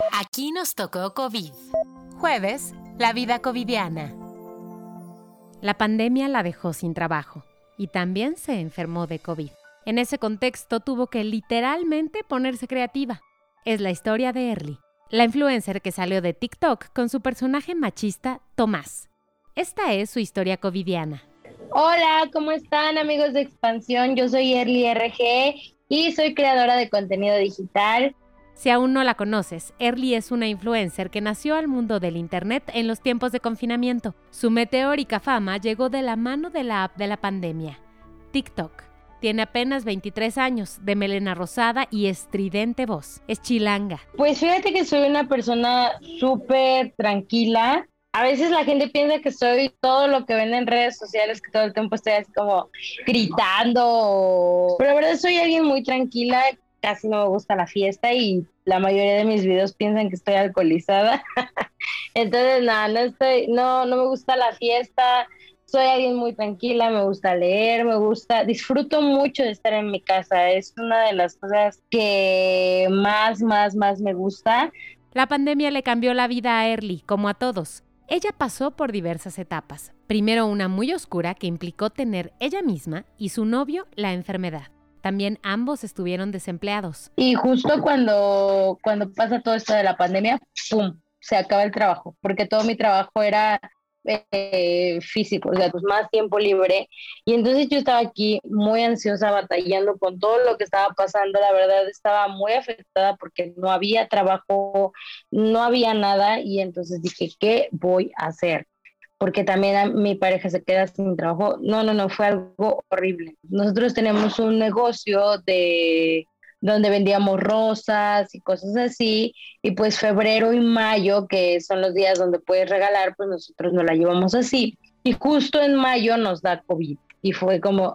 Aquí nos tocó COVID. Jueves, la vida covidiana. La pandemia la dejó sin trabajo y también se enfermó de COVID. En ese contexto tuvo que literalmente ponerse creativa. Es la historia de Erly, la influencer que salió de TikTok con su personaje machista Tomás. Esta es su historia covidiana. Hola, ¿cómo están amigos de Expansión? Yo soy Erly RG y soy creadora de contenido digital. Si aún no la conoces, Erly es una influencer que nació al mundo del internet en los tiempos de confinamiento. Su meteórica fama llegó de la mano de la app de la pandemia, TikTok. Tiene apenas 23 años, de melena rosada y estridente voz. Es chilanga. Pues fíjate que soy una persona súper tranquila. A veces la gente piensa que soy todo lo que ven en redes sociales, que todo el tiempo estoy así como gritando. Pero la verdad soy alguien muy tranquila. Casi no me gusta la fiesta y la mayoría de mis videos piensan que estoy alcoholizada. Entonces, no me gusta la fiesta. Soy alguien muy tranquila, me gusta leer, disfruto mucho de estar en mi casa. Es una de las cosas que más me gusta. La pandemia le cambió la vida a Erly, como a todos. Ella pasó por diversas etapas. Primero una muy oscura que implicó tener ella misma y su novio la enfermedad. También ambos estuvieron desempleados. Y justo cuando pasa todo esto de la pandemia, ¡pum!, se acaba el trabajo, porque todo mi trabajo era físico, o sea, pues más tiempo libre. Y entonces yo estaba aquí muy ansiosa, batallando con todo lo que estaba pasando. La verdad estaba muy afectada porque no había trabajo, no había nada. Y entonces dije, ¿qué voy a hacer? Porque también mi pareja se queda sin trabajo. No, fue algo horrible. Nosotros tenemos un negocio donde vendíamos rosas y cosas así, y pues febrero y mayo, que son los días donde puedes regalar, pues nosotros nos la llevamos así. Y justo en mayo nos da COVID, y fue como,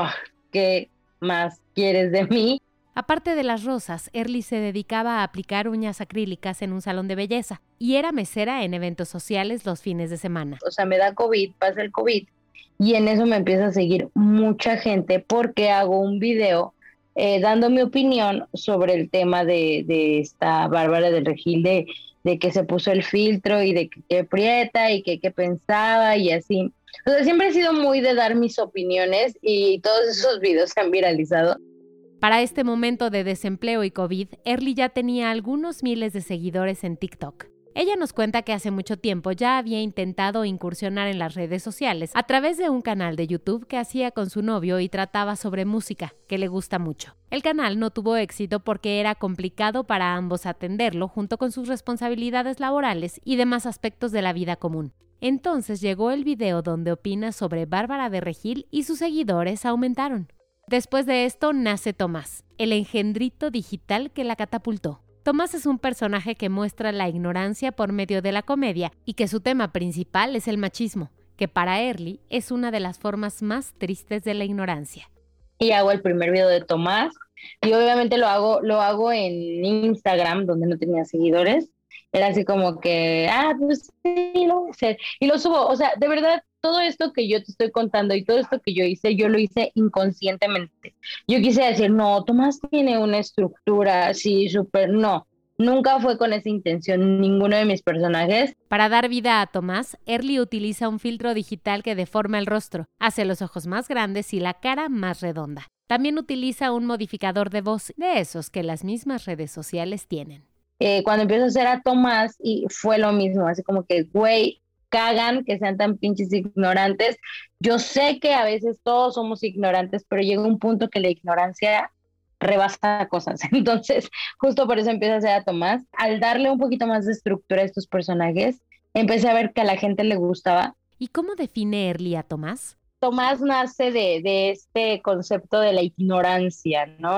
¿qué más quieres de mí? Aparte de las rosas, Erly se dedicaba a aplicar uñas acrílicas en un salón de belleza y era mesera en eventos sociales los fines de semana. O sea, me da COVID, pasa el COVID, y en eso me empieza a seguir mucha gente porque hago un video dando mi opinión sobre el tema de esta Bárbara del Regil, de que se puso el filtro y de que prieta y que pensaba y así. O sea, siempre he sido muy de dar mis opiniones y todos esos videos se han viralizado. Para este momento de desempleo y COVID, Erly ya tenía algunos miles de seguidores en TikTok. Ella nos cuenta que hace mucho tiempo ya había intentado incursionar en las redes sociales a través de un canal de YouTube que hacía con su novio y trataba sobre música, que le gusta mucho. El canal no tuvo éxito porque era complicado para ambos atenderlo junto con sus responsabilidades laborales y demás aspectos de la vida común. Entonces llegó el video donde opina sobre Bárbara de Regil y sus seguidores aumentaron. Después de esto nace Tomás, el engendrito digital que la catapultó. Tomás es un personaje que muestra la ignorancia por medio de la comedia y que su tema principal es el machismo, que para Erly es una de las formas más tristes de la ignorancia. Y hago el primer video de Tomás y obviamente lo hago en Instagram, donde no tenía seguidores. Era así como que, pues sí, lo voy a hacer. Y lo subo, o sea, de verdad, todo esto que yo te estoy contando y todo esto que yo lo hice inconscientemente. Yo quise decir, no, Tomás tiene una estructura así súper, no. Nunca fue con esa intención ninguno de mis personajes. Para dar vida a Tomás, Erly utiliza un filtro digital que deforma el rostro, hace los ojos más grandes y la cara más redonda. También utiliza un modificador de voz de esos que las mismas redes sociales tienen. Cuando empiezo a hacer a Tomás, y fue lo mismo, así como que, güey, cagan que sean tan pinches ignorantes. Yo sé que a veces todos somos ignorantes, pero llega un punto que la ignorancia rebasa cosas. Entonces, justo por eso empiezo a hacer a Tomás. Al darle un poquito más de estructura a estos personajes, empecé a ver que a la gente le gustaba. ¿Y cómo define Erly a Tomás? Tomás nace de este concepto de la ignorancia, ¿no?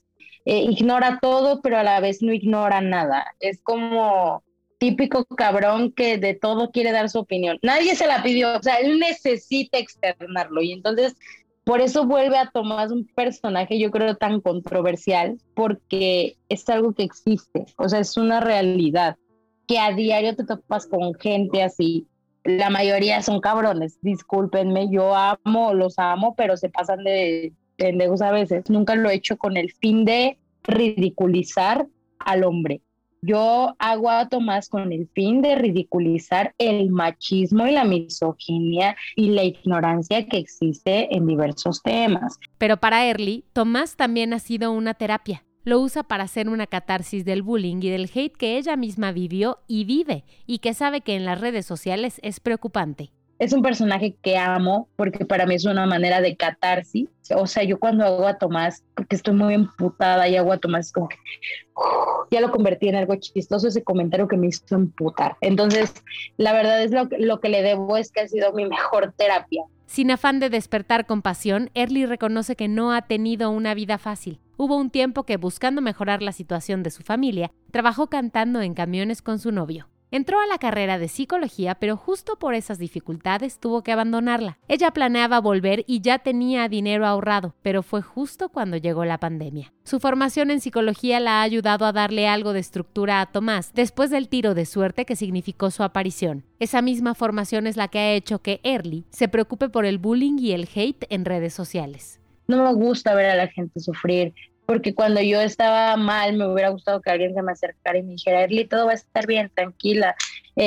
Ignora todo, pero a la vez no ignora nada. Es como típico cabrón que de todo quiere dar su opinión. Nadie se la pidió, o sea, él necesita externarlo y entonces por eso vuelve a Tomás un personaje, yo creo, tan controversial, porque es algo que existe, o sea, es una realidad, que a diario te topas con gente así. La mayoría son cabrones, discúlpenme, los amo, pero se pasan de pendejos a veces. Nunca lo he hecho con el fin de ridiculizar al hombre. Yo hago a Tomás con el fin de ridiculizar el machismo y la misoginia y la ignorancia que existe en diversos temas. Pero para Early, Tomás también ha sido una terapia. Lo usa para hacer una catarsis del bullying y del hate que ella misma vivió y vive, y que sabe que en las redes sociales es preocupante. Es un personaje que amo porque para mí es una manera de catarsis. O sea, yo cuando hago a Tomás, porque estoy muy emputada y hago a Tomás, es como que ya lo convertí en algo chistoso ese comentario que me hizo emputar. Entonces, la verdad es lo que le debo es que ha sido mi mejor terapia. Sin afán de despertar compasión, Early reconoce que no ha tenido una vida fácil. Hubo un tiempo que, buscando mejorar la situación de su familia, trabajó cantando en camiones con su novio. Entró a la carrera de psicología, pero justo por esas dificultades tuvo que abandonarla. Ella planeaba volver y ya tenía dinero ahorrado, pero fue justo cuando llegó la pandemia. Su formación en psicología la ha ayudado a darle algo de estructura a Tomás después del tiro de suerte que significó su aparición. Esa misma formación es la que ha hecho que Early se preocupe por el bullying y el hate en redes sociales. No me gusta ver a la gente sufrir, porque cuando yo estaba mal me hubiera gustado que alguien se me acercara y me dijera, Early, todo va a estar bien, tranquila,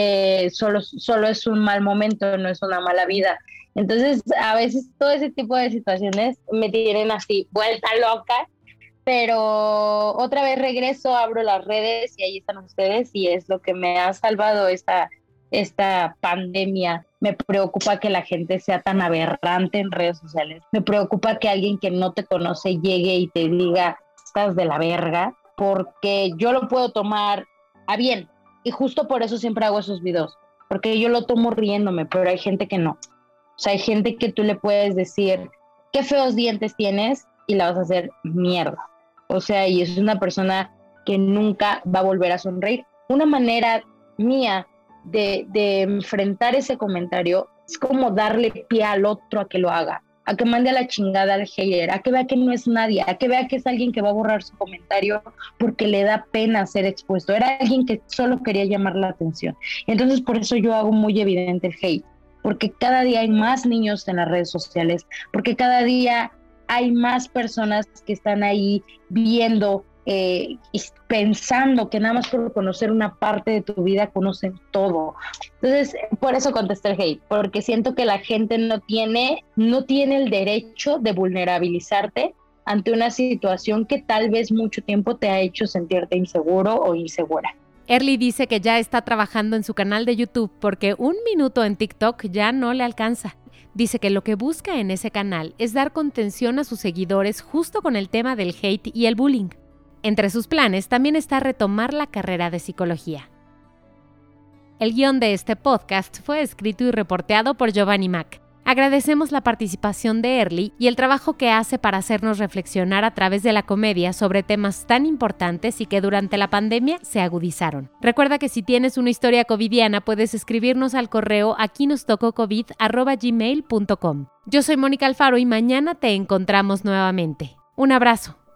solo es un mal momento, no es una mala vida. Entonces, a veces todo ese tipo de situaciones me tienen así, vuelta loca, pero otra vez regreso, abro las redes y ahí están ustedes y es lo que me ha salvado esta pandemia. Me preocupa que la gente sea tan aberrante en redes sociales. Me preocupa que alguien que no te conoce llegue y te diga, estás de la verga, porque yo lo puedo tomar a bien. Y justo por eso siempre hago esos videos, porque yo lo tomo riéndome, pero hay gente que no. O sea, hay gente que tú le puedes decir, qué feos dientes tienes, y la vas a hacer mierda. O sea, y es una persona que nunca va a volver a sonreír. Una manera mía de enfrentar ese comentario es como darle pie al otro a que lo haga, a que mande a la chingada al hater, a que vea que no es nadie, a que vea que es alguien que va a borrar su comentario porque le da pena ser expuesto. Era alguien que solo quería llamar la atención. Entonces por eso yo hago muy evidente el hate, porque cada día hay más niños en las redes sociales, porque cada día hay más personas que están ahí viendo y pensando que nada más por conocer una parte de tu vida conocen todo. Entonces, por eso contesté el hate, porque siento que la gente no tiene el derecho de vulnerabilizarte ante una situación que tal vez mucho tiempo te ha hecho sentirte inseguro o insegura. Early dice que ya está trabajando en su canal de YouTube porque 1 minuto en TikTok ya no le alcanza. Dice que lo que busca en ese canal es dar contención a sus seguidores justo con el tema del hate y el bullying. Entre sus planes también está retomar la carrera de psicología. El guión de este podcast fue escrito y reporteado por Giovanni Mac. Agradecemos la participación de Early y el trabajo que hace para hacernos reflexionar a través de la comedia sobre temas tan importantes y que durante la pandemia se agudizaron. Recuerda que si tienes una historia covidiana puedes escribirnos al correo aquinostococovid@gmail.com. Yo soy Mónica Alfaro y mañana te encontramos nuevamente. Un abrazo.